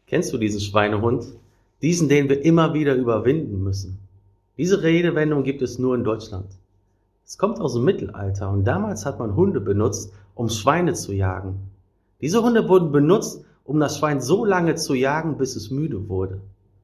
Kennst du diesen Schweinehund? Diesen, den wir immer wieder überwinden müssen. Diese Redewendung gibt es nur in Deutschland. Es kommt aus dem Mittelalter und damals hat man Hunde benutzt, um Schweine zu jagen. Diese Hunde wurden benutzt, um das Schwein so lange zu jagen, bis es müde wurde.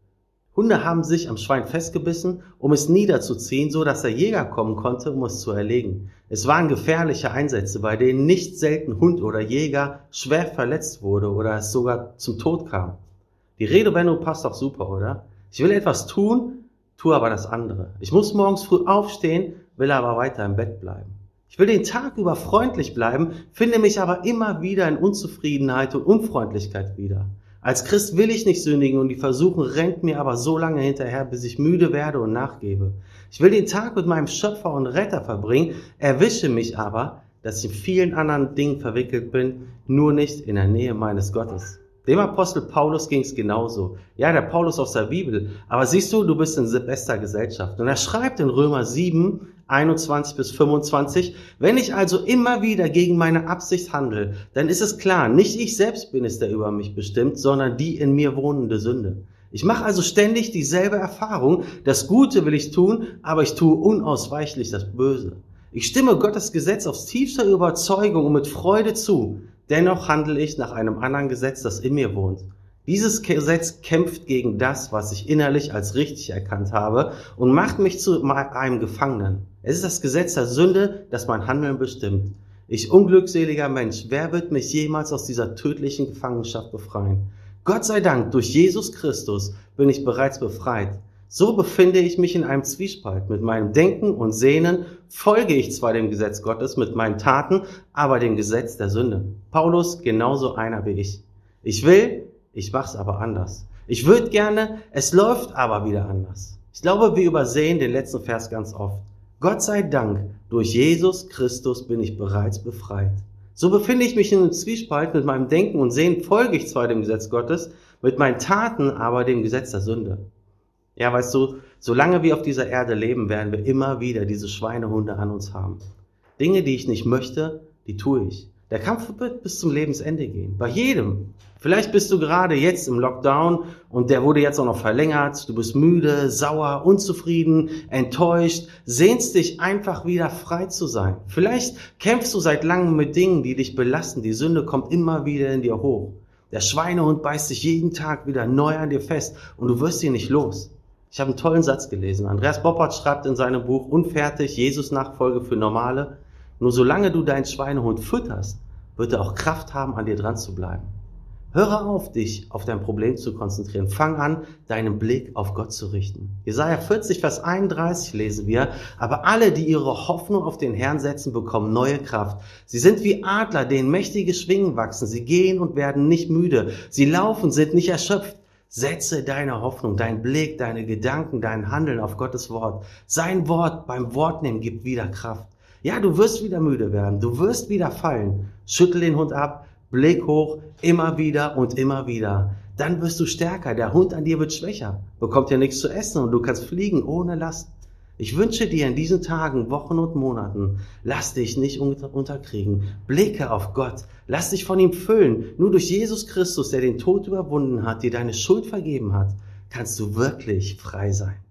Hunde haben sich am Schwein festgebissen, um es niederzuziehen, so dass der Jäger kommen konnte, um es zu erlegen. Es waren gefährliche Einsätze, bei denen nicht selten Hund oder Jäger schwer verletzt wurde oder es sogar zum Tod kam. Die Redewendung passt doch super, oder? Ich will etwas tun, tue aber das andere. Ich muss morgens früh aufstehen, will aber weiter im Bett bleiben. Ich will den Tag über freundlich bleiben, finde mich aber immer wieder in Unzufriedenheit und Unfreundlichkeit wieder. Als Christ will ich nicht sündigen und die Versuchung rennt mir aber so lange hinterher, bis ich müde werde und nachgebe. Ich will den Tag mit meinem Schöpfer und Retter verbringen, erwische mich aber, dass ich in vielen anderen Dingen verwickelt bin, nur nicht in der Nähe meines Gottes. Dem Apostel Paulus ging es genauso. Ja, der Paulus aus der Bibel. Aber siehst du, du bist in bester Gesellschaft. Und er schreibt in Römer 7, 21 bis 25, wenn ich also immer wieder gegen meine Absicht handle, dann ist es klar, nicht ich selbst bin es, der über mich bestimmt, sondern die in mir wohnende Sünde. Ich mache also ständig dieselbe Erfahrung. Das Gute will ich tun, aber ich tue unausweichlich das Böse. Ich stimme Gottes Gesetz aus tiefster Überzeugung und mit Freude zu. Dennoch handle ich nach einem anderen Gesetz, das in mir wohnt. Dieses Gesetz kämpft gegen das, was ich innerlich als richtig erkannt habe und macht mich zu einem Gefangenen. Es ist das Gesetz der Sünde, das mein Handeln bestimmt. Ich unglückseliger Mensch, wer wird mich jemals aus dieser tödlichen Gefangenschaft befreien? Gott sei Dank, durch Jesus Christus bin ich bereits befreit. So befinde ich mich in einem Zwiespalt. Mit meinem Denken und Sehnen folge ich zwar dem Gesetz Gottes, mit meinen Taten, aber dem Gesetz der Sünde. Paulus, genauso einer wie ich. Ich will, ich mach's aber anders. Ich würde gerne, es läuft aber wieder anders. Ich glaube, wir übersehen den letzten Vers ganz oft. Gott sei Dank, durch Jesus Christus bin ich bereits befreit. So befinde ich mich in einem Zwiespalt. Mit meinem Denken und Sehnen folge ich zwar dem Gesetz Gottes, mit meinen Taten aber dem Gesetz der Sünde. Ja, weißt du, solange wir auf dieser Erde leben, werden wir immer wieder diese Schweinehunde an uns haben. Dinge, die ich nicht möchte, die tue ich. Der Kampf wird bis zum Lebensende gehen. Bei jedem. Vielleicht bist du gerade jetzt im Lockdown und der wurde jetzt auch noch verlängert. Du bist müde, sauer, unzufrieden, enttäuscht, sehnst dich einfach wieder frei zu sein. Vielleicht kämpfst du seit langem mit Dingen, die dich belasten. Die Sünde kommt immer wieder in dir hoch. Der Schweinehund beißt sich jeden Tag wieder neu an dir fest und du wirst ihn nicht los. Ich habe einen tollen Satz gelesen. Andreas Boppert schreibt in seinem Buch Unfertig, Jesus Nachfolge für Normale: Nur solange du deinen Schweinehund fütterst, wird er auch Kraft haben, an dir dran zu bleiben. Höre auf, dich auf dein Problem zu konzentrieren. Fang an, deinen Blick auf Gott zu richten. Jesaja 40, Vers 31 lesen wir: Aber alle, die ihre Hoffnung auf den Herrn setzen, bekommen neue Kraft. Sie sind wie Adler, denen mächtige Schwingen wachsen. Sie gehen und werden nicht müde. Sie laufen, sind nicht erschöpft. Setze deine Hoffnung, deinen Blick, deine Gedanken, dein Handeln auf Gottes Wort. Sein Wort beim Wortnehmen gibt wieder Kraft. Ja, du wirst wieder müde werden, du wirst wieder fallen. Schüttel den Hund ab, Blick hoch, immer wieder und immer wieder. Dann wirst du stärker, der Hund an dir wird schwächer, bekommt ja nichts zu essen und du kannst fliegen ohne Last. Ich wünsche dir in diesen Tagen, Wochen und Monaten, lass dich nicht unterkriegen. Blicke auf Gott, lass dich von ihm füllen. Nur durch Jesus Christus, der den Tod überwunden hat, dir deine Schuld vergeben hat, kannst du wirklich frei sein.